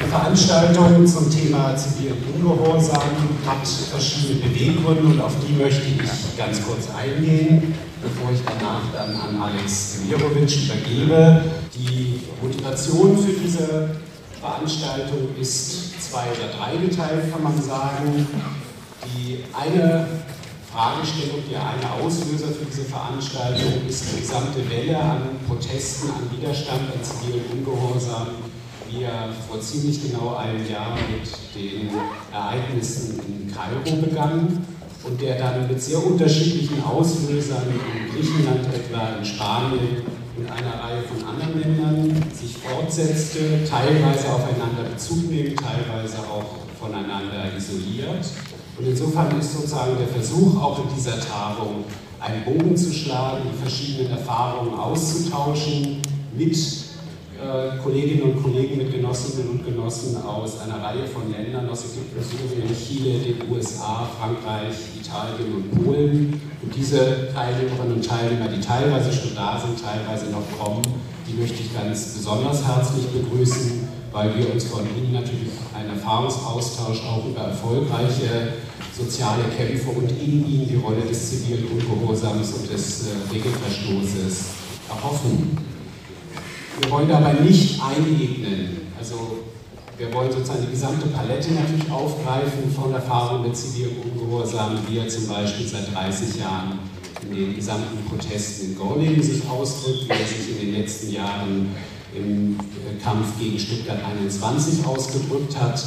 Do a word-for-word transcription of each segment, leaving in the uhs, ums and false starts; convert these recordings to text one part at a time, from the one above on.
Veranstaltung zum Thema zivilen Ungehorsam hat verschiedene Beweggründe und auf die möchte ich ganz kurz eingehen, bevor ich danach dann an Alex Demirovic übergebe. Die Motivation für diese Veranstaltung ist zwei- oder dreigeteilt, kann man sagen. Die eine Fragestellung, der eine Auslöser für diese Veranstaltung ist die gesamte Welle an Protesten, an Widerstand, an zivilen Ungehorsam, die ja vor ziemlich genau einem Jahr mit den Ereignissen in Kairo begann und der dann mit sehr unterschiedlichen Auslösern in Griechenland etwa, in Spanien und einer Reihe von anderen Ländern sich fortsetzte, teilweise aufeinander Bezug nehmen, teilweise auch voneinander isoliert. Und insofern ist sozusagen der Versuch, auch in dieser Tagung einen Bogen zu schlagen, die verschiedenen Erfahrungen auszutauschen mit äh, Kolleginnen und Kollegen, mit Genossinnen und Genossen aus einer Reihe von Ländern, aus Ägypten, Syrien, Chile, den U S A, Frankreich, Italien und Polen. Und diese Teilnehmerinnen und Teilnehmer, die teilweise schon da sind, teilweise noch kommen, die möchte ich ganz besonders herzlich begrüßen, weil wir uns von Ihnen natürlich einen Erfahrungsaustausch auch über erfolgreiche soziale Kämpfe und in ihnen die Rolle des zivilen Ungehorsams und des äh, Regelverstoßes erhoffen. Wir wollen dabei nicht einebnen, also wir wollen sozusagen die gesamte Palette natürlich aufgreifen von Erfahrungen mit zivilem Ungehorsam, wie er zum Beispiel seit dreißig Jahren in den gesamten Protesten in Gorleben sich ausdrückt, wie er sich in den letzten Jahren im Kampf gegen Stuttgart einundzwanzig ausgedrückt hat.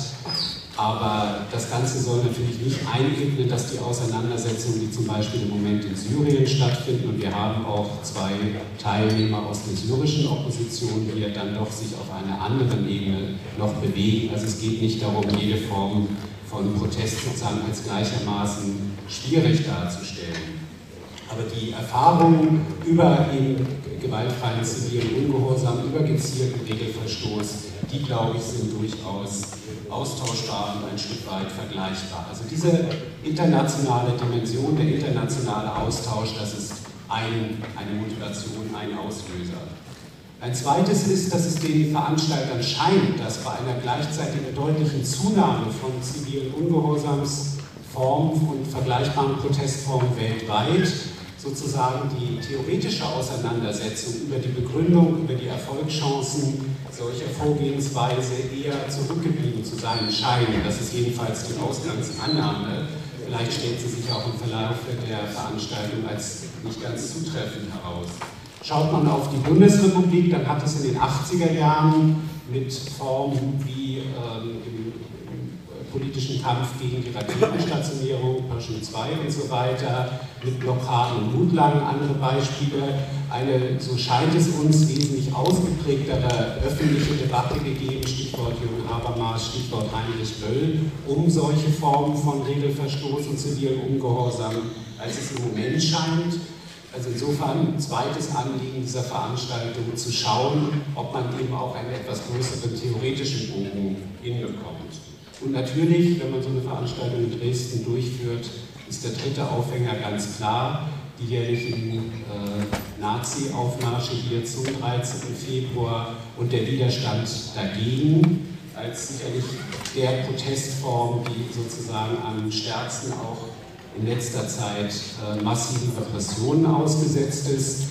Aber das Ganze soll natürlich nicht einebnen, dass die Auseinandersetzungen, die zum Beispiel im Moment in Syrien stattfinden, und wir haben auch zwei Teilnehmer aus der syrischen Opposition, die ja dann doch sich auf einer anderen Ebene noch bewegen. Also es geht nicht darum, jede Form von Protest sozusagen als gleichermaßen schwierig darzustellen. Aber die Erfahrungen über eben gewaltfreien zivilen Ungehorsam, über gezielten Regelverstoß, die, glaube ich, sind durchaus austauschbar und ein Stück weit vergleichbar. Also diese internationale Dimension, der internationale Austausch, das ist ein, eine Motivation, ein Auslöser. Ein zweites ist, dass es den Veranstaltern scheint, dass bei einer gleichzeitigen deutlichen Zunahme von zivilen Ungehorsamsformen und vergleichbaren Protestformen weltweit sozusagen die theoretische Auseinandersetzung über die Begründung, über die Erfolgschancen solcher Vorgehensweise eher zurückgeblieben zu sein scheinen. Das ist jedenfalls die Ausgangsannahme. Vielleicht stellt sie sich auch im Verlauf der Veranstaltung als nicht ganz zutreffend heraus. Schaut man auf die Bundesrepublik, dann hat es in den achtziger Jahren mit Formen wie ähm, im politischen Kampf gegen die Raketenstationierung, Pershing zwei und so weiter, mit Blockaden und Blutlangen, andere Beispiele, eine, so scheint es uns, wesentlich ausgeprägtere öffentliche Debatte gegeben, Stichwort Jürgen Habermas, Stichwort Heinrich Böll, um solche Formen von Regelverstoß und zivilen Ungehorsam, als es im Moment scheint. Also insofern, zweites Anliegen dieser Veranstaltung, zu schauen, ob man eben auch einen etwas größeren theoretischen Bogen hinbekommt. Und natürlich, wenn man so eine Veranstaltung in Dresden durchführt, ist der dritte Aufhänger ganz klar, die jährlichen äh, Nazi-Aufmärsche hier zum dreizehnten Februar und der Widerstand dagegen, als sicherlich der Protestform, die sozusagen am stärksten auch in letzter Zeit äh, massiven Repressionen ausgesetzt ist.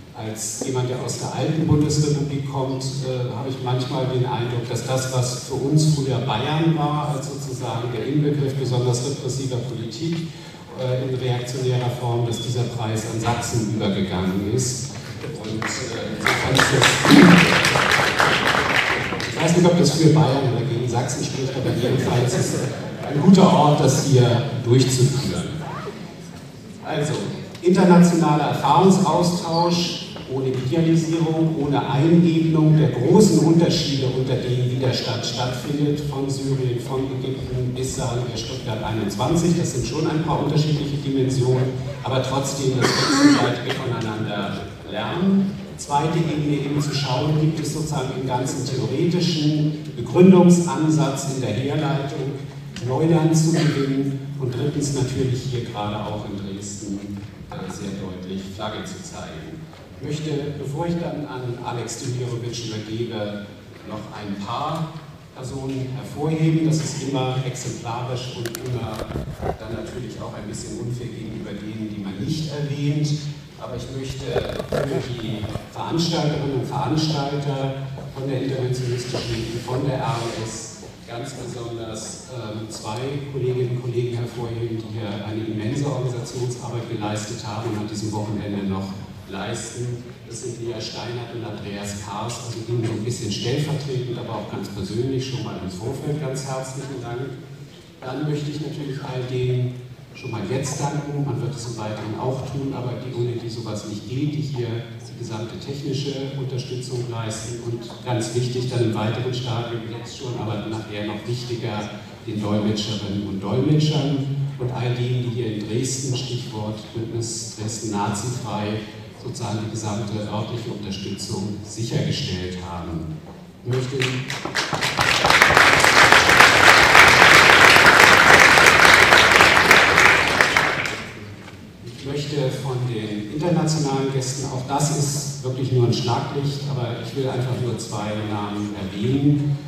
Als jemand, der aus der alten Bundesrepublik kommt, äh, habe ich manchmal den Eindruck, dass das, was für uns früher Bayern war, als sozusagen der Inbegriff besonders repressiver Politik äh, in reaktionärer Form, dass dieser Preis an Sachsen übergegangen ist. Und äh, insofern ist das, ich weiß nicht, ob das für Bayern oder gegen Sachsen spricht, aber jedenfalls ist es ein guter Ort, das hier durchzuführen. Also, internationaler Erfahrungsaustausch, ohne Idealisierung, ohne Einebnung der großen Unterschiede, unter denen Widerstand stattfindet, von Syrien, von Ägypten bis, sagen wir, Stuttgart einundzwanzig. Das sind schon ein paar unterschiedliche Dimensionen, aber trotzdem das wechselseitige voneinander lernen. Zweite Ebene eben zu schauen, gibt es sozusagen im ganzen theoretischen Begründungsansatz in der Herleitung Neuland zu gewinnen und drittens natürlich hier gerade auch in Dresden äh, sehr deutlich Flagge zu zeigen. Ich möchte, bevor ich dann an Alex Demirovic übergebe, noch ein paar Personen hervorheben. Das ist immer exemplarisch und immer dann natürlich auch ein bisschen unfair gegenüber denen, die man nicht erwähnt. Aber ich möchte für die Veranstalterinnen und Veranstalter von der Interventionistischen Hilfe, von der R M S, ganz besonders ähm, zwei Kolleginnen und Kollegen hervorheben, die hier eine immense Organisationsarbeit geleistet haben und an diesem Wochenende noch leisten. Das sind Lea Steinert und Andreas Kaas, also Ihnen so ein bisschen stellvertretend, aber auch ganz persönlich schon mal im Vorfeld ganz herzlichen Dank. Dann möchte ich natürlich all denen schon mal jetzt danken, man wird es im Weiteren auch tun, aber die, ohne die sowas nicht geht, die hier die gesamte technische Unterstützung leisten und ganz wichtig dann im weiteren Stadium jetzt schon, aber nachher noch wichtiger, den Dolmetscherinnen und Dolmetschern und all denen, die hier in Dresden, Stichwort Bündnis Dresden nazifrei, sozusagen die gesamte örtliche Unterstützung sichergestellt haben. Ich möchte Ich möchte von den internationalen Gästen, auch das ist wirklich nur ein Schlaglicht, aber ich will einfach nur zwei Namen erwähnen,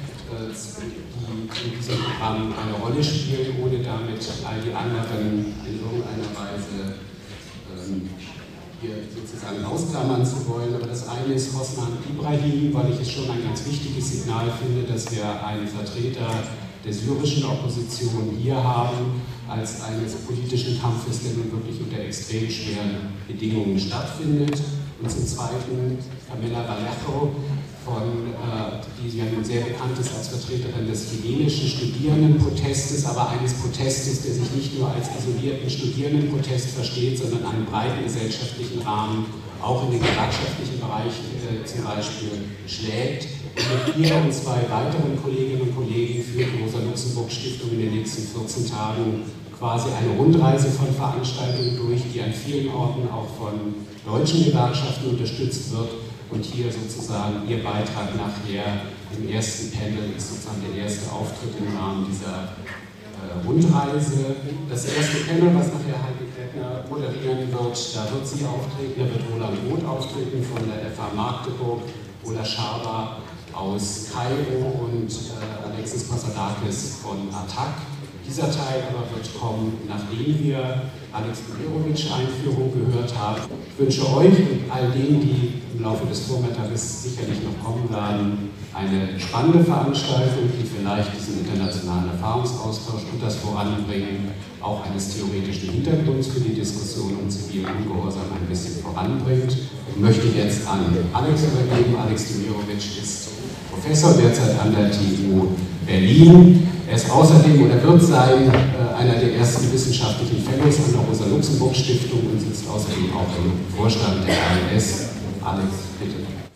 die in diesem Programm eine Rolle spielen, ohne damit all die anderen in irgendeiner Weise ähm, hier sozusagen ausklammern zu wollen. Aber das eine ist Hosnan Ibrahim, weil ich es schon ein ganz wichtiges Signal finde, dass wir einen Vertreter der syrischen Opposition hier haben, als eines politischen Kampfes, der nun wirklich unter extrem schweren Bedingungen stattfindet. Und zum Zweiten Camilla Vallejo, von, äh, die ja nun sehr bekannt ist als Vertreterin des chilenischen Studierendenprotestes, aber eines Protestes, der sich nicht nur als isolierten Studierendenprotest versteht, sondern einen breiten gesellschaftlichen Rahmen auch in den gewerkschaftlichen Bereich äh, zum Beispiel schlägt. Und mit ihr und zwei weiteren Kolleginnen und Kollegen führt die Rosa-Luxemburg-Stiftung in den nächsten vierzehn Tagen quasi eine Rundreise von Veranstaltungen durch, die an vielen Orten auch von deutschen Gewerkschaften unterstützt wird. Und hier sozusagen Ihr Beitrag nachher im ersten Panel ist sozusagen der erste Auftritt im Rahmen dieser äh, Rundreise. Das erste Panel, was nachher Heidi Klettner moderieren wird, da wird sie auftreten, da wird Roland Roth auftreten von der F H Magdeburg, Ola Schaber aus Kairo und äh, Alexis Passadakis von Attac. Dieser Teil aber wird kommen, nachdem wir Alex Demirovic-Einführung gehört haben. Ich wünsche euch und all denen, die im Laufe des Vormittages sicherlich noch kommen werden, eine spannende Veranstaltung, die vielleicht diesen internationalen Erfahrungsaustausch und das Voranbringen auch eines theoretischen Hintergrunds für die Diskussion um zivilen Ungehorsam ein bisschen voranbringt. Ich möchte jetzt an Alex übergeben. Alex Demirovic ist Professor derzeit an der T U Berlin. Er ist außerdem oder wird sein äh, einer der ersten wissenschaftlichen Fellows an der Rosa-Luxemburg-Stiftung und sitzt außerdem auch im Vorstand der R M S. Alex, bitte.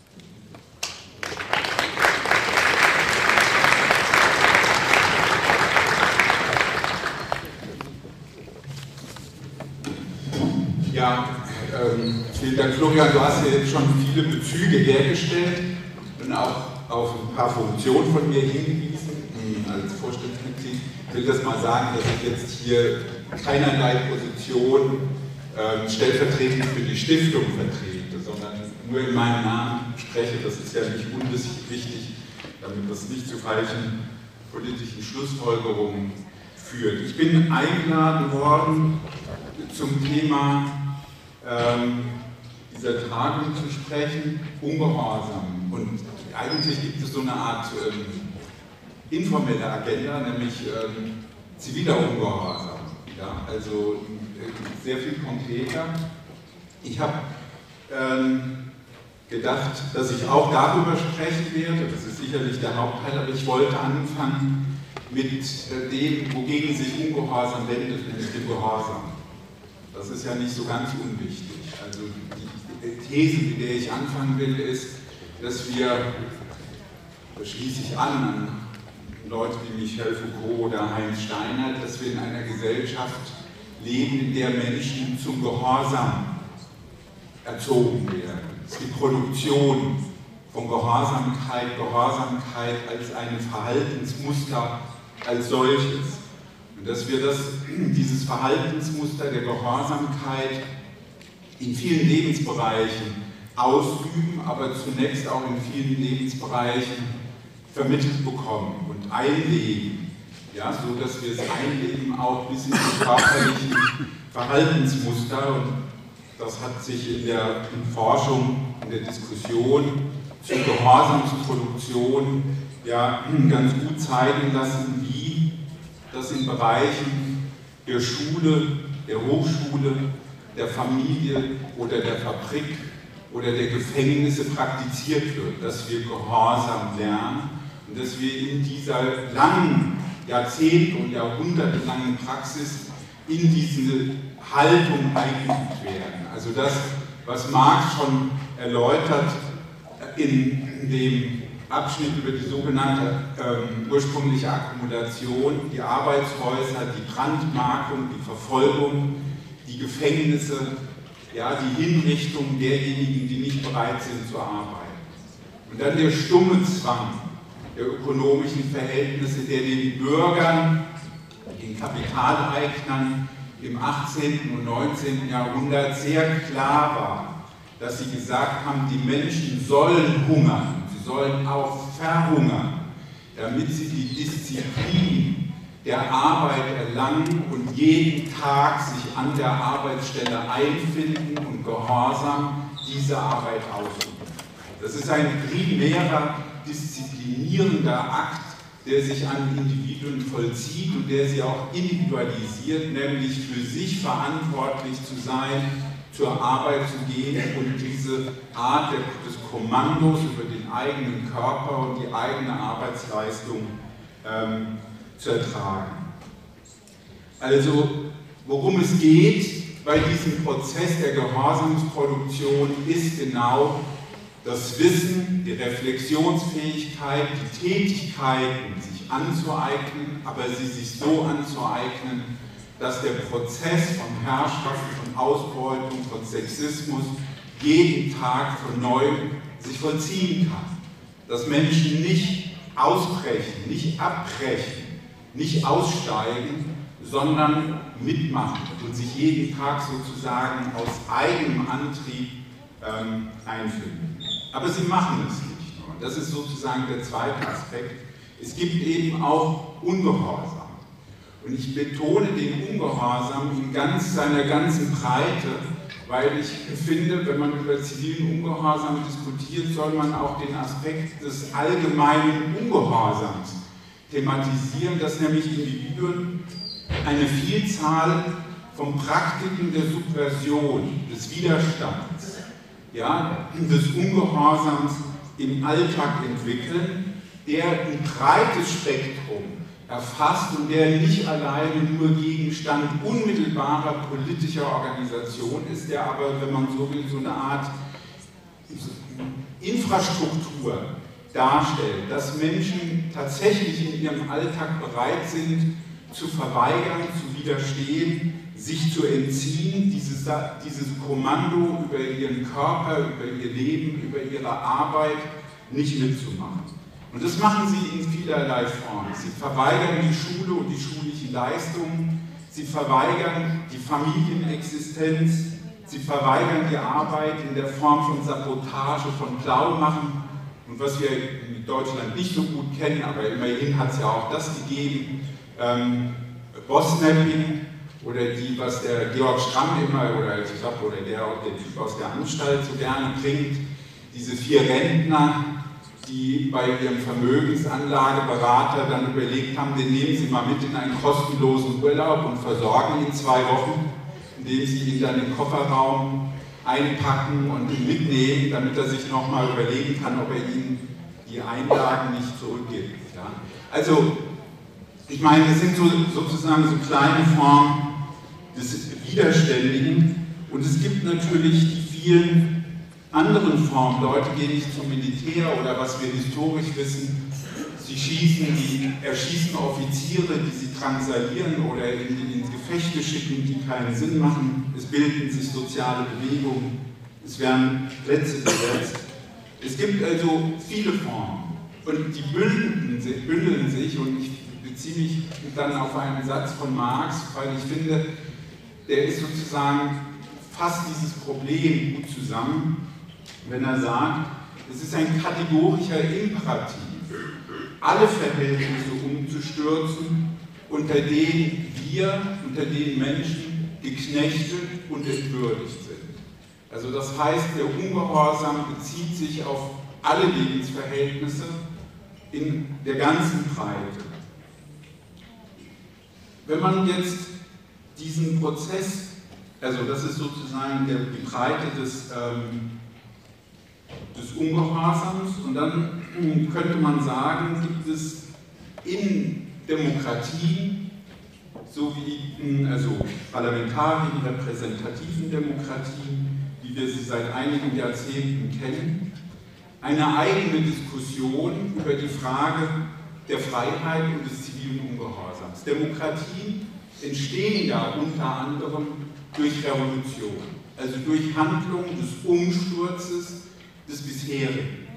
Ja, ähm, vielen Dank, Florian. Du hast ja jetzt schon viele Bezüge hergestellt und auch auf ein paar Funktionen von mir hingewiesen als Vorstandsmitglied. Ich will das mal sagen, dass ich jetzt hier keinerlei Position ähm, stellvertretend für die Stiftung vertrete, sondern nur in meinem Namen spreche. Das ist ja nicht unwichtig, damit das nicht zu falschen politischen Schlussfolgerungen führt. Ich bin eingeladen worden, zum Thema ähm, dieser Tagung zu sprechen, Ungehorsam. Und eigentlich gibt es so eine Art ähm, informelle Agenda, nämlich ähm, ziviler Ungehorsam. Ja, also äh, sehr viel konkreter. Ich habe ähm, gedacht, dass ich auch darüber sprechen werde. Das ist sicherlich der Hauptteil, aber ich wollte anfangen mit äh, dem, wogegen sich Ungehorsam wendet, nämlich dem Gehorsam. Das ist ja nicht so ganz unwichtig. Also die These, mit der ich anfangen will, ist, dass wir, da schließe ich an an Leute wie Michel Foucault oder Heinz Steinert, dass wir in einer Gesellschaft leben, in der Menschen zum Gehorsam erzogen werden. Es ist die Produktion von Gehorsamkeit, Gehorsamkeit als ein Verhaltensmuster als solches. Und dass wir das, dieses Verhaltensmuster der Gehorsamkeit in vielen Lebensbereichen ausüben, aber zunächst auch in vielen Lebensbereichen vermittelt bekommen und einleben, ja, so dass wir es einleben auch bis in die körperlichen Verhaltensmuster. Und das hat sich in der in Forschung, in der Diskussion zur Gehorsamsproduktion ja ganz gut zeigen lassen, wie das in Bereichen der Schule, der Hochschule, der Familie oder der Fabrik oder der Gefängnisse praktiziert wird, dass wir Gehorsam lernen und dass wir in dieser langen, Jahrzehnt- und jahrhundertelangen Praxis in diese Haltung eingeübt werden. Also das, was Marx schon erläutert in dem Abschnitt über die sogenannte ähm, ursprüngliche Akkumulation, die Arbeitshäuser, die Brandmarkung, die Verfolgung, die Gefängnisse, ja, die Hinrichtung derjenigen, die nicht bereit sind zu arbeiten. Und dann der stumme Zwang der ökonomischen Verhältnisse, der den Bürgern, den Kapitaleignern im achtzehnten und neunzehnten Jahrhundert sehr klar war, dass sie gesagt haben, die Menschen sollen hungern, sie sollen auch verhungern, damit sie die Disziplin der Arbeit erlangen und jeden Tag sich an der Arbeitsstelle einfinden und gehorsam diese Arbeit ausüben. Das ist ein primärer, disziplinierender Akt, der sich an Individuen vollzieht und der sie auch individualisiert, nämlich für sich verantwortlich zu sein, zur Arbeit zu gehen und diese Art des Kommandos über den eigenen Körper und die eigene Arbeitsleistung ähm, zu ertragen. Also, worum es geht bei diesem Prozess der Gehorsamsproduktion ist genau das Wissen, die Reflexionsfähigkeit, die Tätigkeiten sich anzueignen, aber sie sich so anzueignen, dass der Prozess von Herrschaft, von Ausbeutung, von Sexismus jeden Tag von neuem sich vollziehen kann. Dass Menschen nicht ausbrechen, nicht abbrechen, nicht aussteigen, sondern mitmachen und sich jeden Tag sozusagen aus eigenem Antrieb ähm, einfinden. Aber sie machen es nicht nur. Das ist sozusagen der zweite Aspekt. Es gibt eben auch Ungehorsam. Und ich betone den Ungehorsam in ganz seiner ganzen Breite, weil ich finde, wenn man über zivilen Ungehorsam diskutiert, soll man auch den Aspekt des allgemeinen Ungehorsams thematisieren, dass nämlich Individuen eine Vielzahl von Praktiken der Subversion, des Widerstands, ja, des Ungehorsams im Alltag entwickeln, der ein breites Spektrum erfasst und der nicht alleine nur Gegenstand unmittelbarer politischer Organisation ist, der aber, wenn man so will, so eine Art Infrastruktur darstellt, dass Menschen tatsächlich in ihrem Alltag bereit sind, zu verweigern, zu widerstehen, sich zu entziehen, dieses, dieses Kommando über ihren Körper, über ihr Leben, über ihre Arbeit nicht mitzumachen. Und das machen sie in vielerlei Formen. Sie verweigern die Schule und die schulischen Leistungen, sie verweigern die Familienexistenz, sie verweigern die Arbeit in der Form von Sabotage, von Blaumachen. Und was wir in Deutschland nicht so gut kennen, aber immerhin hat es ja auch das gegeben, ähm, Bossnapping oder die, was der Georg Schramm immer, oder ich glaube, oder der, der Typ aus der Anstalt so gerne bringt, diese vier Rentner, die bei ihrem Vermögensanlageberater dann überlegt haben, den nehmen Sie mal mit in einen kostenlosen Urlaub und versorgen ihn zwei Wochen, indem Sie ihn dann in den Kofferraum einpacken und ihn mitnehmen, damit er sich nochmal überlegen kann, ob er Ihnen die Einlagen nicht zurückgibt. Ja? Also, ich meine, das sind so, sozusagen so kleine Formen des Widerständigen und es gibt natürlich die vielen anderen Formen. Leute gehen nicht zum Militär oder was wir historisch wissen, sie schießen, die erschießen Offiziere, die sie drangsalieren oder in, in Gefechte schicken, die keinen Sinn machen. Es bilden sich soziale Bewegungen, es werden Plätze besetzt. Es gibt also viele Formen und die bündeln, bündeln sich und ich beziehe mich dann auf einen Satz von Marx, weil ich finde, der ist sozusagen fasst dieses Problem gut zusammen, wenn er sagt, es ist ein kategorischer Imperativ, alle Verhältnisse umzustürzen, unter denen wir, unter denen Menschen geknechtet und entwürdigt sind. Also das heißt, der Ungehorsam bezieht sich auf alle Lebensverhältnisse in der ganzen Breite. Wenn man jetzt diesen Prozess, also das ist sozusagen der, die Breite des, ähm, des Ungehorsams, und dann könnte man sagen, gibt es in Demokratien, so wie also parlamentarischen, repräsentativen Demokratien, wie wir sie seit einigen Jahrzehnten kennen, eine eigene Diskussion über die Frage der Freiheit und des zivilen Ungehorsams. Demokratien entstehen ja unter anderem durch Revolution, also durch Handlungen des Umsturzes des Bisherigen.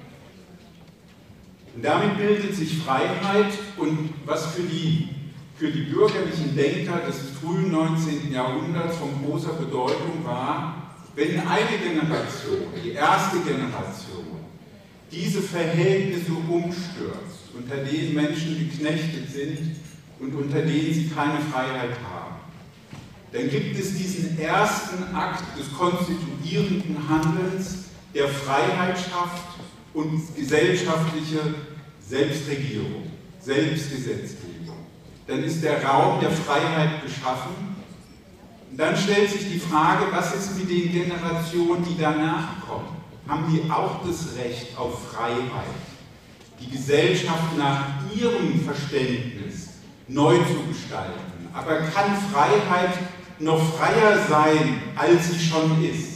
Und damit bildet sich Freiheit, und was für die, für die bürgerlichen Denker des frühen neunzehnten Jahrhunderts von großer Bedeutung war, wenn eine Generation, die erste Generation, diese Verhältnisse umstürzt, unter denen Menschen geknechtet sind und unter denen sie keine Freiheit haben, dann gibt es diesen ersten Akt des konstituierenden Handelns, der Freiheit schafft und gesellschaftliche Selbstregierung, Selbstgesetzgebung. Dann ist der Raum der Freiheit geschaffen. Und dann stellt sich die Frage, was ist mit den Generationen, die danach kommen? Haben die auch das Recht auf Freiheit, die Gesellschaft nach ihrem Verständnis neu zu gestalten? Aber kann Freiheit noch freier sein, als sie schon ist?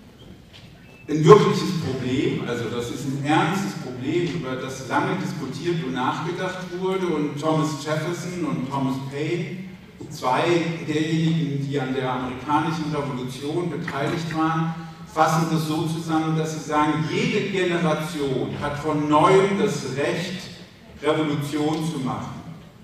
Ein wirkliches Problem, also das ist ein ernstes Problem, über das lange diskutiert und nachgedacht wurde, und Thomas Jefferson und Thomas Paine, zwei derjenigen, die an der amerikanischen Revolution beteiligt waren, fassen das so zusammen, dass sie sagen, jede Generation hat von neuem das Recht, Revolution zu machen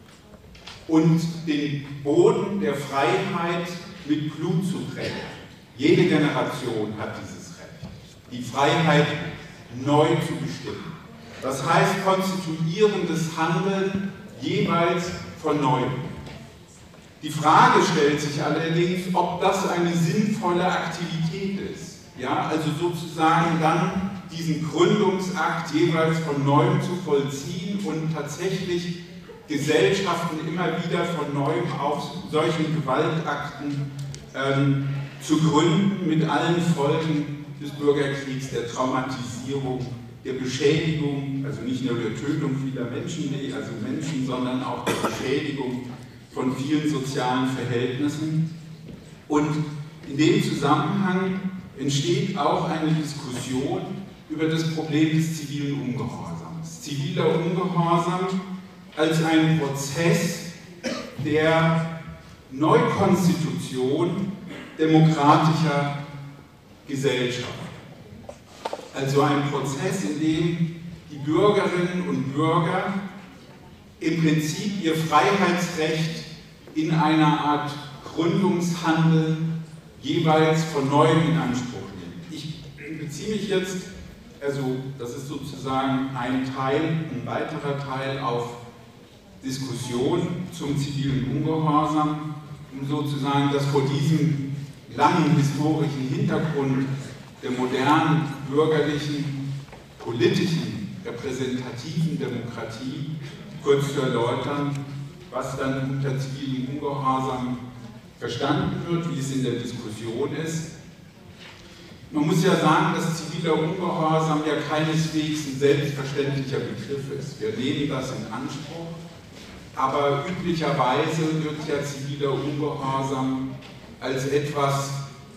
und den Boden der Freiheit mit Blut zu brechen. Jede Generation hat dieses Recht, die Freiheit neu zu bestimmen. Das heißt, konstituierendes Handeln jeweils von neuem. Die Frage stellt sich allerdings, ob das eine sinnvolle Aktivität ist. Ja, also sozusagen dann diesen Gründungsakt jeweils von neuem zu vollziehen und tatsächlich Gesellschaften immer wieder von neuem auf solchen Gewaltakten ähm, zu gründen, mit allen Folgen des Bürgerkriegs, der Traumatisierung, der Beschädigung, also nicht nur der Tötung vieler Menschen, also Menschen, sondern auch der Beschädigung von vielen sozialen Verhältnissen. Und in dem Zusammenhang entsteht auch eine Diskussion über das Problem des zivilen Ungehorsams. Ziviler Ungehorsam als ein Prozess der Neukonstitution demokratischer Gesellschaft. Also ein Prozess, in dem die Bürgerinnen und Bürger im Prinzip ihr Freiheitsrecht in einer Art Gründungshandel jeweils von neuem in Anspruch nehmen. Ich beziehe mich jetzt, also das ist sozusagen ein Teil, ein weiterer Teil auf Diskussion zum zivilen Ungehorsam, um sozusagen das vor diesem langen historischen Hintergrund der modernen, bürgerlichen, politischen, repräsentativen Demokratie kurz zu erläutern, was dann unter zivilem Ungehorsam verstanden wird, wie es in der Diskussion ist. Man muss ja sagen, dass ziviler Ungehorsam ja keineswegs ein selbstverständlicher Begriff ist. Wir nehmen das in Anspruch, aber üblicherweise wird ja ziviler Ungehorsam als etwas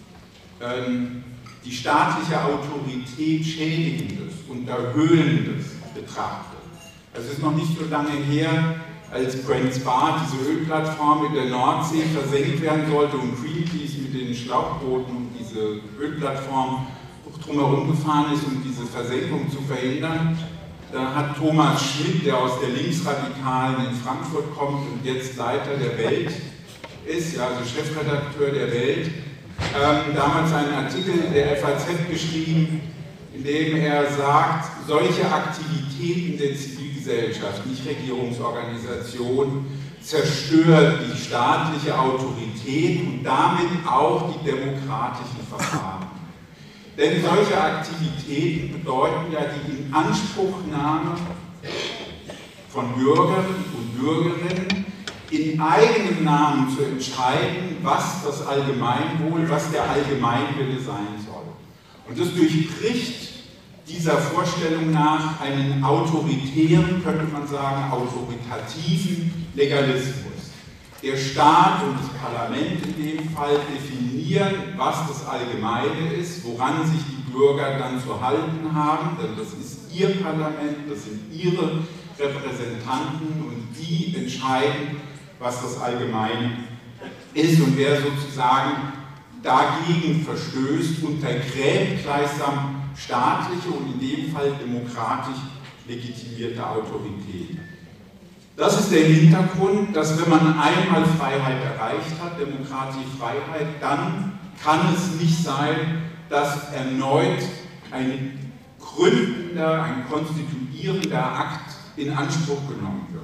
ähm, die staatliche Autorität schädigendes, unterhöhlendes betrachtet. Es ist noch nicht so lange her, als Brent Spar, diese Ölplattform in der Nordsee, versenkt werden sollte und Greenpeace mit den Schlauchbooten um diese Ölplattform drumherum gefahren ist, um diese Versenkung zu verhindern. Da hat Thomas Schmidt, der aus der Linksradikalen in Frankfurt kommt und jetzt Leiter der Welt ist, ja, also Chefredakteur der Welt, ähm, damals einen Artikel in der F A Z geschrieben, in dem er sagt, solche Aktivitäten der Zivilgesellschaft Zivilgesellschaft, nicht Regierungsorganisation, zerstört die staatliche Autorität und damit auch die demokratischen Verfahren. Denn solche Aktivitäten bedeuten ja die Inanspruchnahme von Bürgerinnen und Bürgerinnen, in eigenem Namen zu entscheiden, was das Allgemeinwohl, was der Allgemeinwille sein soll. Und das durchbricht dieser Vorstellung nach einen autoritären, könnte man sagen, autoritativen Legalismus. Der Staat und das Parlament in dem Fall definieren, was das Allgemeine ist, woran sich die Bürger dann zu halten haben, denn das ist ihr Parlament, das sind ihre Repräsentanten und die entscheiden, was das Allgemeine ist, und wer sozusagen dagegen verstößt, untergräbt gleichsam staatliche und in dem Fall demokratisch legitimierte Autorität. Das ist der Hintergrund, dass wenn man einmal Freiheit erreicht hat, demokratische Freiheit, dann kann es nicht sein, dass erneut ein gründender, ein konstituierender Akt in Anspruch genommen wird.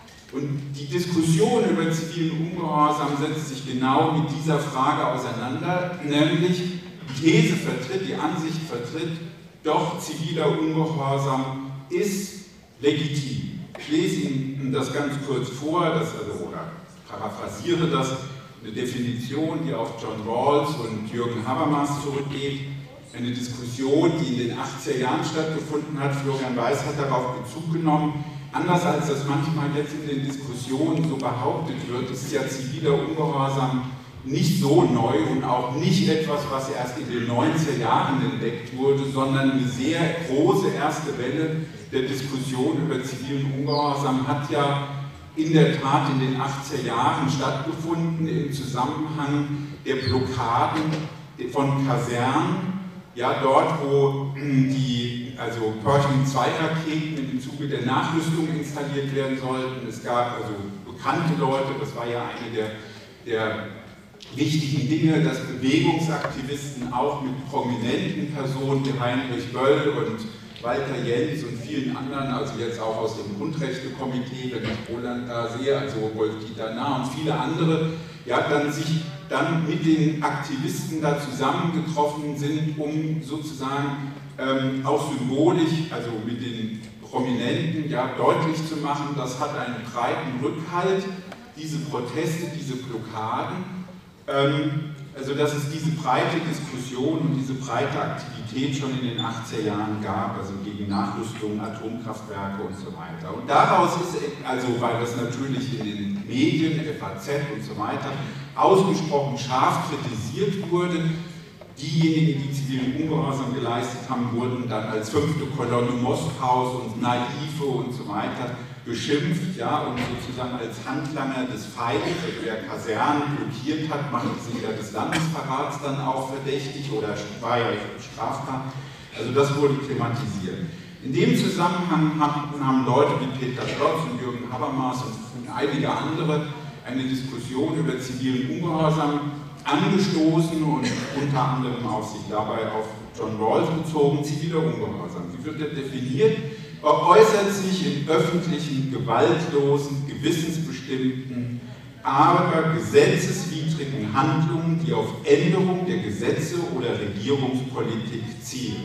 Und die Diskussion über zivilen Ungehorsam setzt sich genau mit dieser Frage auseinander, nämlich die These vertritt, die Ansicht vertritt, doch ziviler Ungehorsam ist legitim. Ich lese Ihnen das ganz kurz vor, das, also, oder paraphrasiere das, eine Definition, die auf John Rawls und Jürgen Habermas zurückgeht, eine Diskussion, die in den achtziger Jahren stattgefunden hat. Florian Weiß hat darauf Bezug genommen. Anders als das manchmal jetzt in den Diskussionen so behauptet wird, ist ja ziviler Ungehorsam nicht so neu und auch nicht etwas, was erst in den neunziger Jahren entdeckt wurde, sondern eine sehr große erste Welle der Diskussion über zivilen Ungehorsam hat ja in der Tat in den achtziger Jahren stattgefunden im Zusammenhang der Blockaden von Kasernen. Ja, dort, wo die also Pershing zwei Raketen im Zuge der Nachrüstung installiert werden sollten. Es gab also bekannte Leute, das war ja eine der, der wichtigen Dinge, dass Bewegungsaktivisten auch mit prominenten Personen wie Heinrich Böll und Walter Jens und vielen anderen, also jetzt auch aus dem Grundrechtekomitee, wenn ich Roland da sehe, also Wolf-Dieter Nah und viele andere, ja, dann sich dann mit den Aktivisten da zusammengetroffen sind, um sozusagen ähm, auch symbolisch, also mit den Prominenten, ja, deutlich zu machen, das hat einen breiten Rückhalt, diese Proteste, diese Blockaden, ähm, also dass es diese breite Diskussion und diese breite Aktivität schon in den achtziger Jahren gab, also gegen Nachrüstung, Atomkraftwerke und so weiter. Und daraus ist, also weil das natürlich in den Medien, F A Z und so weiter, ausgesprochen scharf kritisiert wurde, diejenigen, die zivilen Ungehorsam geleistet haben, wurden dann als fünfte Kolonne Moskaus und Naive und so weiter beschimpft, ja, und sozusagen als Handlanger des Feindes, also der Kasernen blockiert hat, machte sich ja des Landesverrats dann auch verdächtig oder war ja strafbar. Also das wurde thematisiert. In dem Zusammenhang haben, haben Leute wie Peter Klotz und Jürgen Habermas und einige andere eine Diskussion über zivilen Ungehorsam angestoßen und unter anderem auch sich dabei auf John Rawls bezogen, ziviler Ungehorsam. Wie wird der definiert? Er äußert sich in öffentlichen, gewaltlosen, gewissensbestimmten, aber gesetzeswidrigen Handlungen, die auf Änderung der Gesetze oder Regierungspolitik zielen.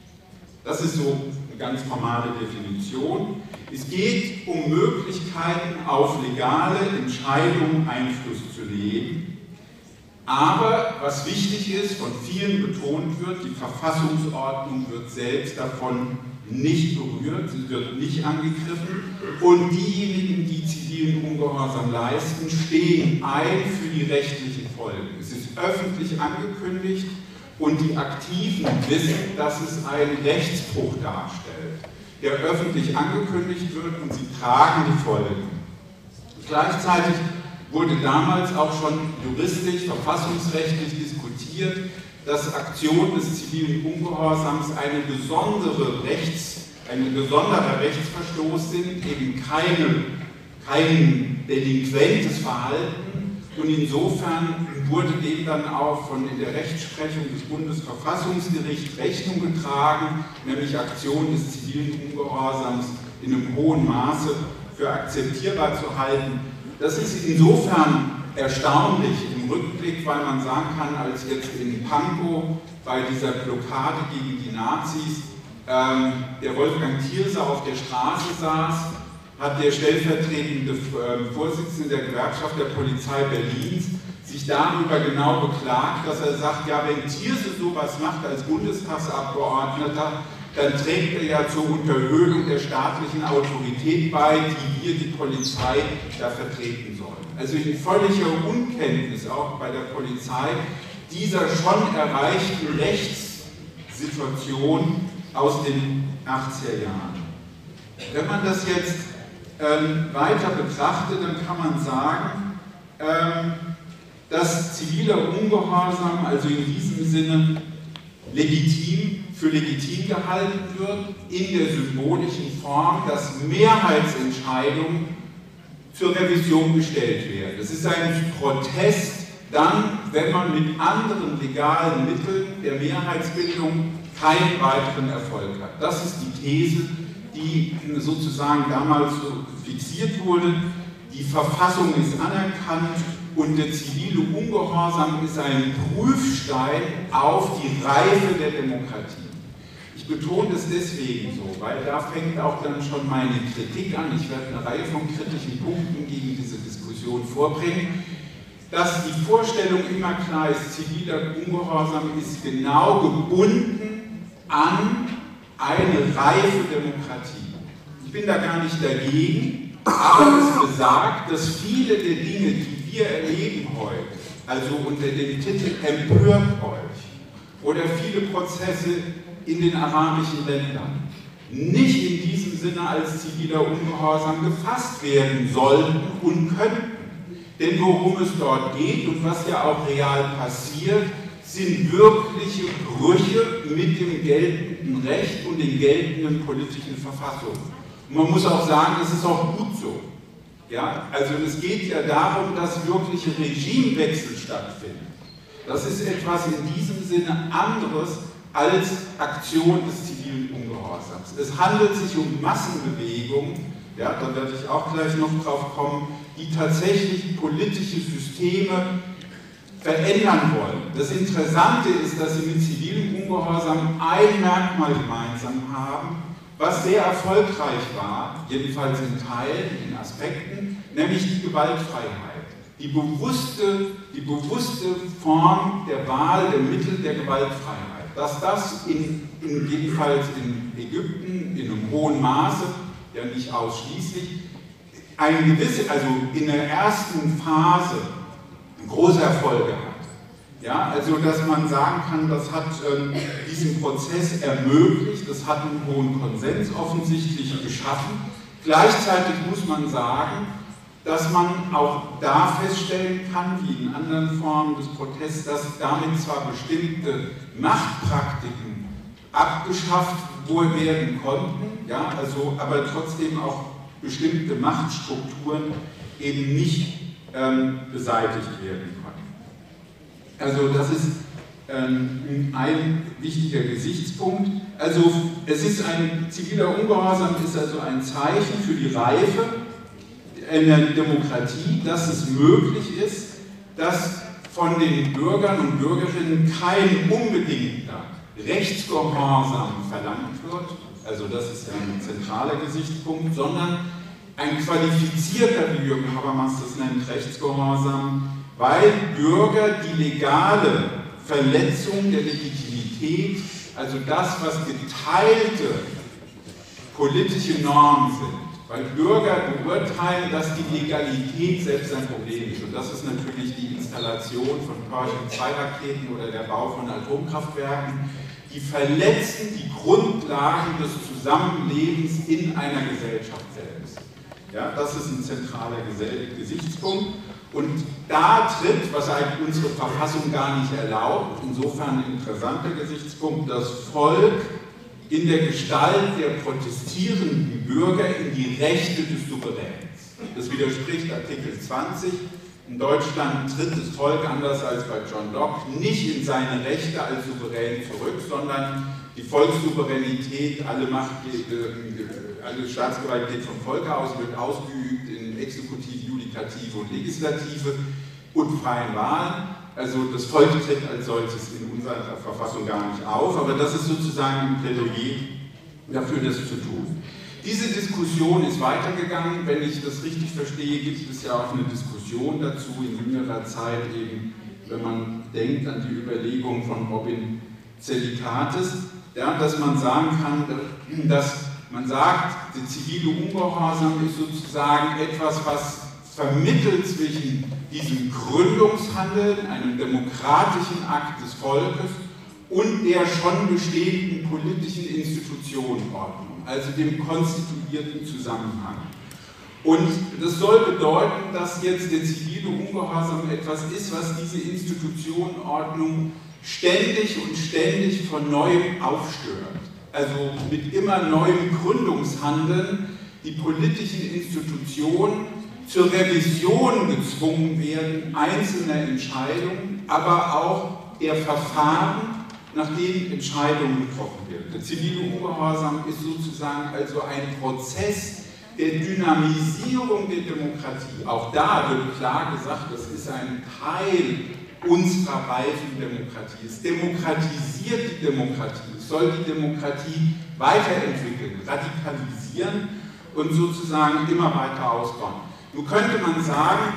Das ist so eine ganz formale Definition. Es geht um Möglichkeiten, auf legale Entscheidungen Einfluss zu nehmen. Aber was wichtig ist, von vielen betont wird, die Verfassungsordnung wird selbst davon nicht berührt, sie wird nicht angegriffen und diejenigen, die zivilen Ungehorsam leisten, stehen ein für die rechtlichen Folgen. Es ist öffentlich angekündigt und die Aktiven wissen, dass es einen Rechtsbruch darstellt, der öffentlich angekündigt wird und sie tragen die Folgen. Gleichzeitig wurde damals auch schon juristisch, verfassungsrechtlich diskutiert, dass Aktionen des zivilen Ungehorsams eine besondere Rechts, ein besonderer Rechtsverstoß sind, eben keine, kein delinquentes Verhalten. Und insofern wurde dem dann auch von in der Rechtsprechung des Bundesverfassungsgerichts Rechnung getragen, nämlich Aktionen des zivilen Ungehorsams in einem hohen Maße für akzeptierbar zu halten. Das ist insofern erstaunlich im Rückblick, weil man sagen kann, als jetzt in Pankow bei dieser Blockade gegen die Nazis ähm, der Wolfgang Thierse auf der Straße saß, hat der stellvertretende äh, Vorsitzende der Gewerkschaft der Polizei Berlins sich darüber genau beklagt, dass er sagt, ja, wenn Thierse sowas macht als Bundestagsabgeordneter, dann trägt er ja zur Unterhöhlung der staatlichen Autorität bei, die wir, die Polizei, da vertreten sollen. Also in völliger Unkenntnis auch bei der Polizei dieser schon erreichten Rechtssituation aus den achtziger Jahren. Wenn man das jetzt ähm, weiter betrachtet, dann kann man sagen, ähm, dass ziviler Ungehorsam also in diesem Sinne legitim, für legitim gehalten wird, in der symbolischen Form, dass Mehrheitsentscheidungen zur Revision gestellt werden. Es ist ein Protest dann, wenn man mit anderen legalen Mitteln der Mehrheitsbildung keinen weiteren Erfolg hat. Das ist die These, die sozusagen damals so fixiert wurde. Die Verfassung ist anerkannt und der zivile Ungehorsam ist ein Prüfstein auf die Reife der Demokratie. Ich betone das deswegen so, weil da fängt auch dann schon meine Kritik an. Ich werde eine Reihe von kritischen Punkten gegen diese Diskussion vorbringen, dass die Vorstellung immer klar ist, ziviler Ungehorsam ist genau gebunden an eine reife Demokratie. Ich bin da gar nicht dagegen, aber es besagt, dass viele der Dinge, die wir erleben heute, also unter dem Titel Empört euch oder viele Prozesse in den arabischen Ländern, nicht in diesem Sinne als ziviler Ungehorsam gefasst werden sollten und könnten. Denn worum es dort geht und was ja auch real passiert, sind wirkliche Brüche mit dem geltenden Recht und den geltenden politischen Verfassungen. Und man muss auch sagen, das ist auch gut so. Ja, also es geht ja darum, dass wirkliche Regimewechsel stattfinden. Das ist etwas in diesem Sinne anderes als Aktion des zivilen Ungehorsams. Es handelt sich um Massenbewegungen, ja, da werde ich auch gleich noch drauf kommen, die tatsächlich politische Systeme verändern wollen. Das Interessante ist, dass sie mit zivilem Ungehorsam ein Merkmal gemeinsam haben, was sehr erfolgreich war, jedenfalls in Teilen, in Aspekten, nämlich die Gewaltfreiheit. Die bewusste, die bewusste Form der Wahl der Mittel der Gewaltfreiheit. Dass das in, in, jedenfalls in Ägypten in einem hohen Maße, ja nicht ausschließlich, eine gewisse, also in der ersten Phase große Erfolge hat. Ja, also dass man sagen kann, das hat ähm, diesen Prozess ermöglicht, das hat einen hohen Konsens offensichtlich geschaffen. Gleichzeitig muss man sagen, dass man auch da feststellen kann, wie in anderen Formen des Protests, dass damit zwar bestimmte Machtpraktiken abgeschafft werden konnten, ja, also, aber trotzdem auch bestimmte Machtstrukturen eben nicht ähm, beseitigt werden konnten. Also das ist ähm, ein wichtiger Gesichtspunkt. Also es ist ein ziviler Ungehorsam ist also ein Zeichen für die Reife einer Demokratie, dass es möglich ist, dass von den Bürgern und Bürgerinnen kein unbedingter Rechtsgehorsam verlangt wird, also das ist ja ein zentraler Gesichtspunkt, sondern ein qualifizierter, wie Jürgen Habermas das nennt, Rechtsgehorsam, weil Bürger die legale Verletzung der Legitimität, also das, was geteilte politische Normen sind, weil Bürger beurteilen, dass die Legalität selbst ein Problem ist. Und das ist natürlich die Installation von Pershing zwei Raketen oder der Bau von Atomkraftwerken. Die verletzen die Grundlagen des Zusammenlebens in einer Gesellschaft selbst. Ja, das ist ein zentraler Gesichtspunkt. Und da tritt, was eigentlich unsere Verfassung gar nicht erlaubt, insofern ein interessanter Gesichtspunkt, das Volk in der Gestalt der protestierenden Bürger in die Rechte des Souveräns. Das widerspricht Artikel zwanzig. In Deutschland tritt das Volk, anders als bei John Locke, nicht in seine Rechte als Souverän zurück, sondern die Volkssouveränität, alle Macht alle Staatsgewalt geht vom Volke aus, wird ausgeübt in Exekutive, Judikative und Legislative und freien Wahlen. Also das Volk tritt als solches in unserer Verfassung gar nicht auf, aber das ist sozusagen ein Plädoyer dafür, das zu tun. Diese Diskussion ist weitergegangen. Wenn ich das richtig verstehe, gibt es ja auch eine Diskussion dazu in jüngerer Zeit, eben, wenn man denkt an die Überlegung von Robin Zelikates, ja, dass man sagen kann, dass man sagt, der zivile Ungehorsam ist sozusagen etwas, was vermittelt zwischen diesem Gründungshandeln, einem demokratischen Akt des Volkes, und der schon bestehenden politischen Institutionenordnung, also dem konstituierten Zusammenhang. Und das soll bedeuten, dass jetzt der zivile Ungehorsam etwas ist, was diese Institutionenordnung ständig und ständig von Neuem aufstört. Also mit immer neuem Gründungshandeln die politischen Institutionen zur Revision gezwungen werden, einzelner Entscheidungen, aber auch der Verfahren, nach denen Entscheidungen getroffen werden. Der zivile Ungehorsam ist sozusagen also ein Prozess der Dynamisierung der Demokratie. Auch da wird klar gesagt, das ist ein Teil unserer reifen Demokratie. Es demokratisiert die Demokratie, es soll die Demokratie weiterentwickeln, radikalisieren und sozusagen immer weiter ausbauen. Nun könnte man sagen,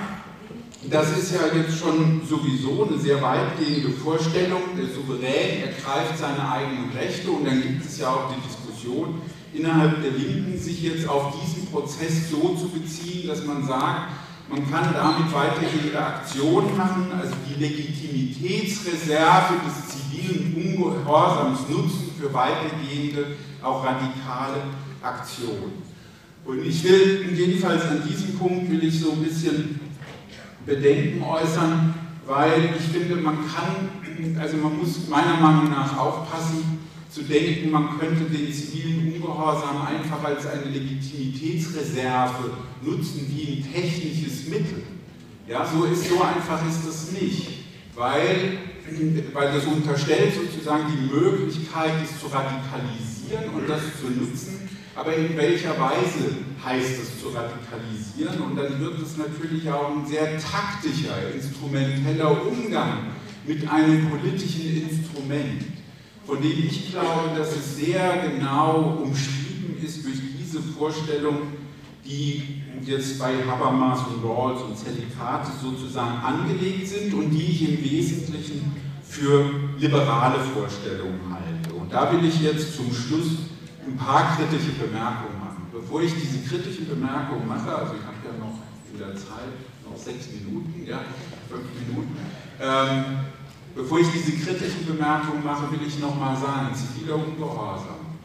das ist ja jetzt schon sowieso eine sehr weitgehende Vorstellung, der Souverän ergreift seine eigenen Rechte, und dann gibt es ja auch die Diskussion innerhalb der Linken, sich jetzt auf diesen Prozess so zu beziehen, dass man sagt, man kann damit weitergehende Aktionen machen, also die Legitimitätsreserve des zivilen Ungehorsams nutzen für weitergehende, auch radikale Aktionen. Und ich will jedenfalls an diesem Punkt will ich so ein bisschen Bedenken äußern, weil ich finde, man kann, also man muss meiner Meinung nach aufpassen, zu denken, man könnte den zivilen Ungehorsam einfach als eine Legitimitätsreserve nutzen wie ein technisches Mittel. Ja, so ist so einfach ist das nicht, weil, weil das unterstellt sozusagen die Möglichkeit, es zu radikalisieren und das zu nutzen. Aber in welcher Weise heißt es zu radikalisieren? Und dann wird es natürlich auch ein sehr taktischer, instrumenteller Umgang mit einem politischen Instrument, von dem ich glaube, dass es sehr genau umschrieben ist durch diese Vorstellung, die jetzt bei Habermas und Rawls und Zelikates sozusagen angelegt sind und die ich im Wesentlichen für liberale Vorstellungen halte. Und da will ich jetzt zum Schluss ein paar kritische Bemerkungen machen. Bevor ich diese kritischen Bemerkungen mache, also ich habe ja noch in der Zeit noch sechs Minuten, ja, fünf Minuten, ähm, bevor ich diese kritischen Bemerkungen mache, will ich nochmal sagen, ziviler Ungehorsam.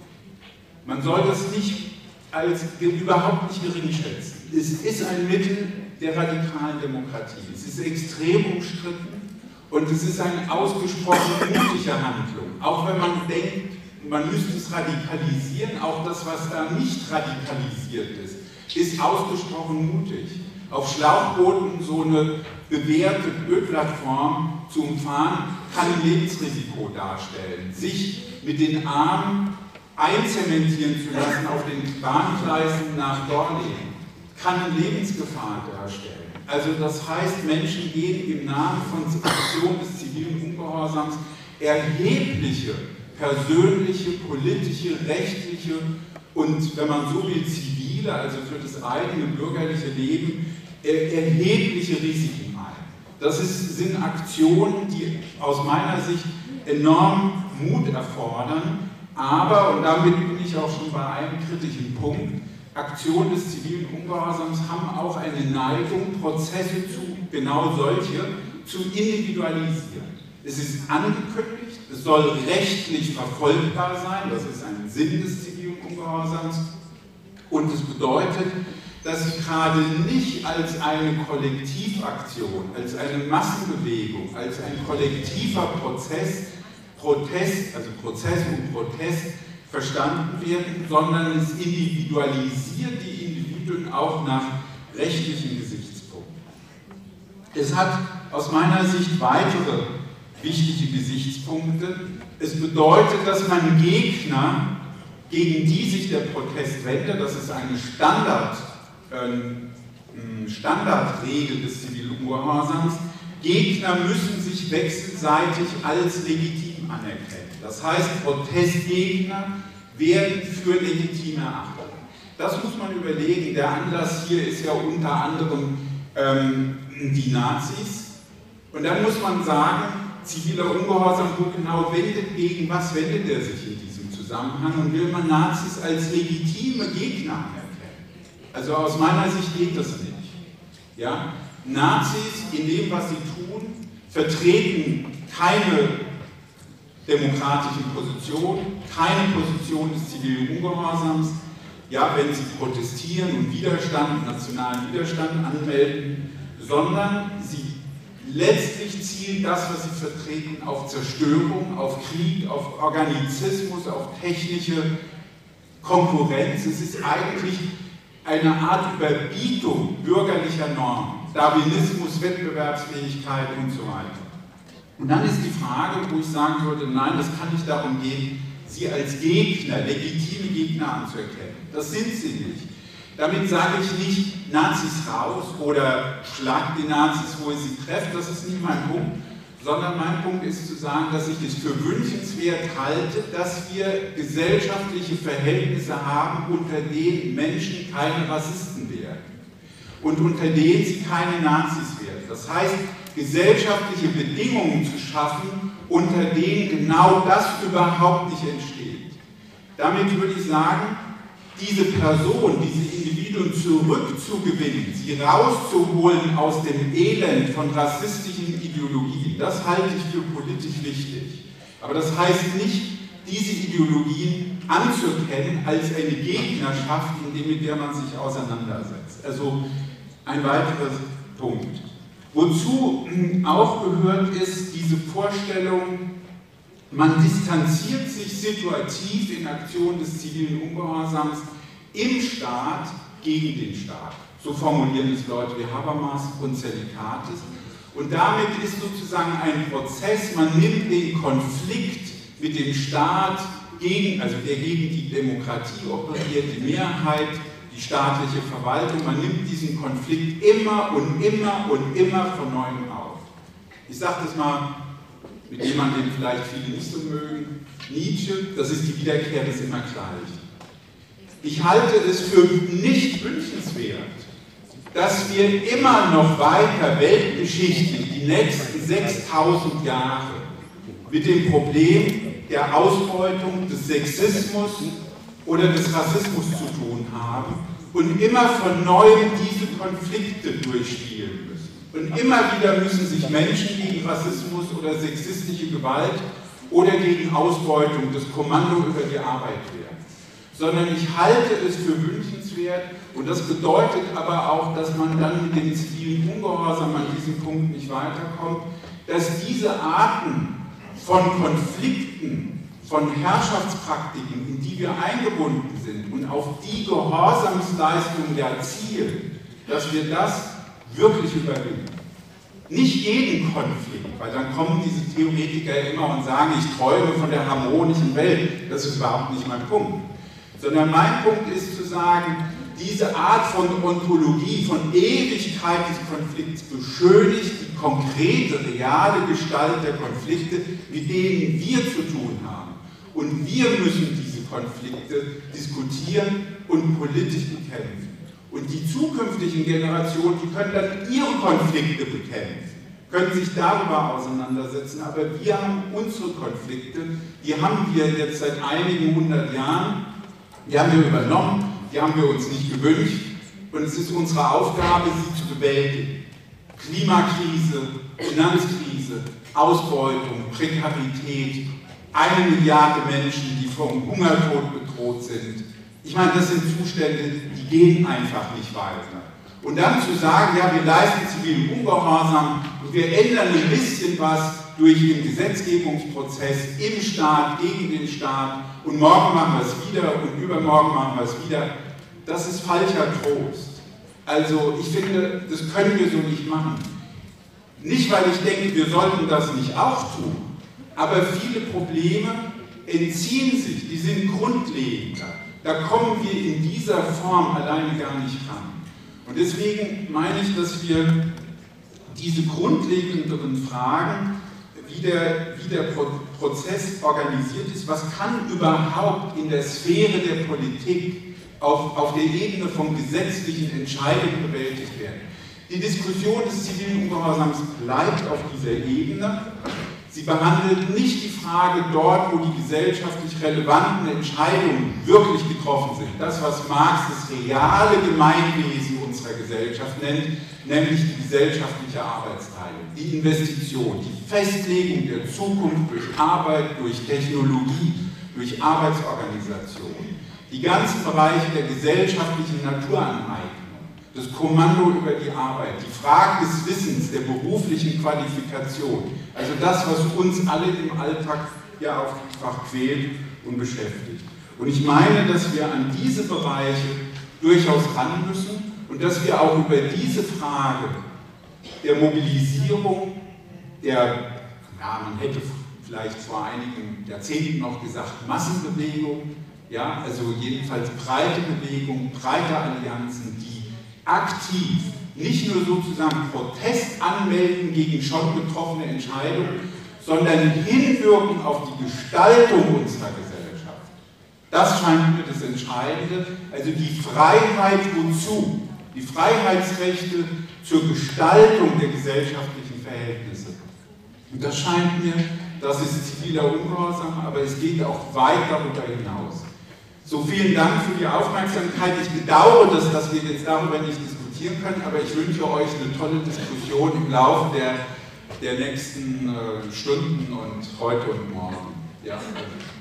Man soll das nicht als überhaupt nicht gering schätzen. Es ist ein Mittel der radikalen Demokratie. Es ist extrem umstritten und es ist eine ausgesprochen mutige Handlung. Auch wenn man denkt, man müsste es radikalisieren, auch das, was da nicht radikalisiert ist, ist ausgesprochen mutig. Auf Schlauchbooten so eine bewährte Ölplattform zu umfahren, kann ein Lebensrisiko darstellen. Sich mit den Armen einzementieren zu lassen auf den Bahngleisen nach Dornien, kann eine Lebensgefahr darstellen. Also das heißt, Menschen gehen im Namen von Aktion des zivilen Ungehorsams erhebliche persönliche, politische, rechtliche und, wenn man so will, zivile, also für das eigene bürgerliche Leben, erhebliche Risiken ein. Das ist, sind Aktionen, die aus meiner Sicht enorm Mut erfordern, aber, und damit bin ich auch schon bei einem kritischen Punkt, Aktionen des zivilen Ungehorsams haben auch eine Neigung, Prozesse zu, genau solche, zu individualisieren. Es ist angekündigt, es soll rechtlich verfolgbar sein, das ist ein Sinn des zivilen Ungehorsams, und es bedeutet, dass ich gerade nicht als eine Kollektivaktion, als eine Massenbewegung, als ein kollektiver Prozess, Protest, also Prozess und Protest verstanden werden, sondern es individualisiert die Individuen auch nach rechtlichen Gesichtspunkten. Es hat aus meiner Sicht weitere wichtige Gesichtspunkte. Es bedeutet, dass man Gegner gegen die sich der Protest wendet. Das ist eine Standard, äh, Standardregel des zivilen Ungehorsams. Gegner müssen sich wechselseitig als legitim anerkennen. Das heißt, Protestgegner werden für legitim erachtet. Das muss man überlegen. Der Anlass hier ist ja unter anderem ähm, die Nazis. Und dann muss man sagen, ziviler Ungehorsam, wo genau wendet gegen was wendet er sich in diesem Zusammenhang und will man Nazis als legitime Gegner anerkennen? Also aus meiner Sicht geht das nicht. Ja? Nazis in dem, was sie tun, vertreten keine demokratischen Positionen, keine Position des zivilen Ungehorsams. Ja, wenn sie protestieren und Widerstand, nationalen Widerstand anmelden, sondern sie letztlich zielen das, was sie vertreten, auf Zerstörung, auf Krieg, auf Organizismus, auf technische Konkurrenz. Es ist eigentlich eine Art Überbietung bürgerlicher Normen, Darwinismus, Wettbewerbsfähigkeit und so weiter. Und dann ist die Frage, wo ich sagen würde, nein, das kann nicht darum gehen, sie als Gegner, legitime Gegner anzuerkennen. Das sind sie nicht. Damit sage ich nicht Nazis raus oder schlagt die Nazis, wo ihr sie trefft, das ist nicht mein Punkt, sondern mein Punkt ist zu sagen, dass ich es für wünschenswert halte, dass wir gesellschaftliche Verhältnisse haben, unter denen Menschen keine Rassisten werden und unter denen sie keine Nazis werden. Das heißt, gesellschaftliche Bedingungen zu schaffen, unter denen genau das überhaupt nicht entsteht. Damit würde ich sagen, diese Person, diese Individuen zurückzugewinnen, sie rauszuholen aus dem Elend von rassistischen Ideologien, das halte ich für politisch wichtig. Aber das heißt nicht, diese Ideologien anzuerkennen als eine Gegnerschaft, mit der man sich auseinandersetzt. Also ein weiterer Punkt. Wozu auch gehört ist diese Vorstellung, man distanziert sich situativ in Aktion des zivilen Ungehorsams im Staat gegen den Staat. So formulieren es Leute wie Habermas und Zelikatis. Und damit ist sozusagen ein Prozess, man nimmt den Konflikt mit dem Staat, gegen, also der gegen die Demokratie operiert, die Mehrheit, die staatliche Verwaltung, man nimmt diesen Konflikt immer und immer und immer von neuem auf. Ich sage das mal mit jemandem, den vielleicht viele nicht so mögen, Nietzsche, das ist die Wiederkehr des Immergleichen. Ich halte es für nicht wünschenswert, dass wir immer noch weiter weltgeschichtlich die nächsten sechstausend Jahre mit dem Problem der Ausbeutung, des Sexismus oder des Rassismus zu tun haben und immer von neuem diese Konflikte durchspielen müssen. Und immer wieder müssen sich Menschen gegen Rassismus oder sexistische Gewalt oder gegen Ausbeutung, das Kommando über die Arbeit wehren. Sondern ich halte es für wünschenswert, und das bedeutet aber auch, dass man dann mit dem zivilen Ungehorsam an diesem Punkt nicht weiterkommt, dass diese Arten von Konflikten, von Herrschaftspraktiken, in die wir eingebunden sind und auf die Gehorsamsleistungen ja zielen, dass wir das wirklich überwinden. Nicht jeden Konflikt, weil dann kommen diese Theoretiker immer und sagen, ich träume von der harmonischen Welt. Das ist überhaupt nicht mein Punkt. Sondern mein Punkt ist zu sagen, diese Art von Ontologie, von Ewigkeit des Konflikts beschönigt die konkrete, reale Gestalt der Konflikte, mit denen wir zu tun haben. Und wir müssen diese Konflikte diskutieren und politisch bekämpfen. Und die zukünftigen Generationen, die können dann ihre Konflikte bekämpfen, können sich darüber auseinandersetzen, aber wir haben unsere Konflikte, die haben wir jetzt seit einigen hundert Jahren, die haben wir übernommen, die haben wir uns nicht gewünscht und es ist unsere Aufgabe, sie zu bewältigen. Klimakrise, Finanzkrise, Ausbeutung, Prekarität, eine Milliarde Menschen, die vom Hungertod bedroht sind. Ich meine, das sind Zustände, die gehen einfach nicht weiter. Und dann zu sagen, ja, wir leisten zivilen Ungehorsam und wir ändern ein bisschen was durch den Gesetzgebungsprozess im Staat, gegen den Staat und morgen machen wir es wieder und übermorgen machen wir es wieder, das ist falscher Trost. Also ich finde, das können wir so nicht machen. Nicht, weil ich denke, wir sollten das nicht auch tun, aber viele Probleme entziehen sich, die sind grundlegender. Da kommen wir in dieser Form alleine gar nicht ran. Und deswegen meine ich, dass wir diese grundlegenderen Fragen, wie der, wie der Prozess organisiert ist, was kann überhaupt in der Sphäre der Politik auf, auf der Ebene von gesetzlichen Entscheidungen bewältigt werden. Die Diskussion des zivilen Ungehorsams bleibt auf dieser Ebene. Sie behandelt nicht die Frage dort, wo die gesellschaftlich relevanten Entscheidungen wirklich getroffen sind. Das, was Marx das reale Gemeinwesen unserer Gesellschaft nennt, nämlich die gesellschaftliche Arbeitsteilung, die Investition, die Festlegung der Zukunft durch Arbeit, durch Technologie, durch Arbeitsorganisation, die ganzen Bereiche der gesellschaftlichen Naturaneignung, das Kommando über die Arbeit, die Frage des Wissens, der beruflichen Qualifikation, also das, was uns alle im Alltag ja einfach quält und beschäftigt. Und ich meine, dass wir an diese Bereiche durchaus ran müssen und dass wir auch über diese Frage der Mobilisierung, der, ja, man hätte vielleicht vor einigen Jahrzehnten noch gesagt, Massenbewegung, ja, also jedenfalls breite Bewegung, breite Allianzen, die aktiv, nicht nur sozusagen Protest anmelden gegen schon getroffene Entscheidungen, sondern hinwirken auf die Gestaltung unserer Gesellschaft. Das scheint mir das Entscheidende, also die Freiheit wozu? Die Freiheitsrechte zur Gestaltung der gesellschaftlichen Verhältnisse. Und das scheint mir, das ist ziviler Ungehorsam, aber es geht auch weit darüber hinaus. So, vielen Dank für die Aufmerksamkeit. Ich bedauere, dass, dass wir jetzt darüber nicht diskutieren können, aber ich wünsche euch eine tolle Diskussion im Laufe der, der nächsten äh, Stunden und heute und morgen. Ja.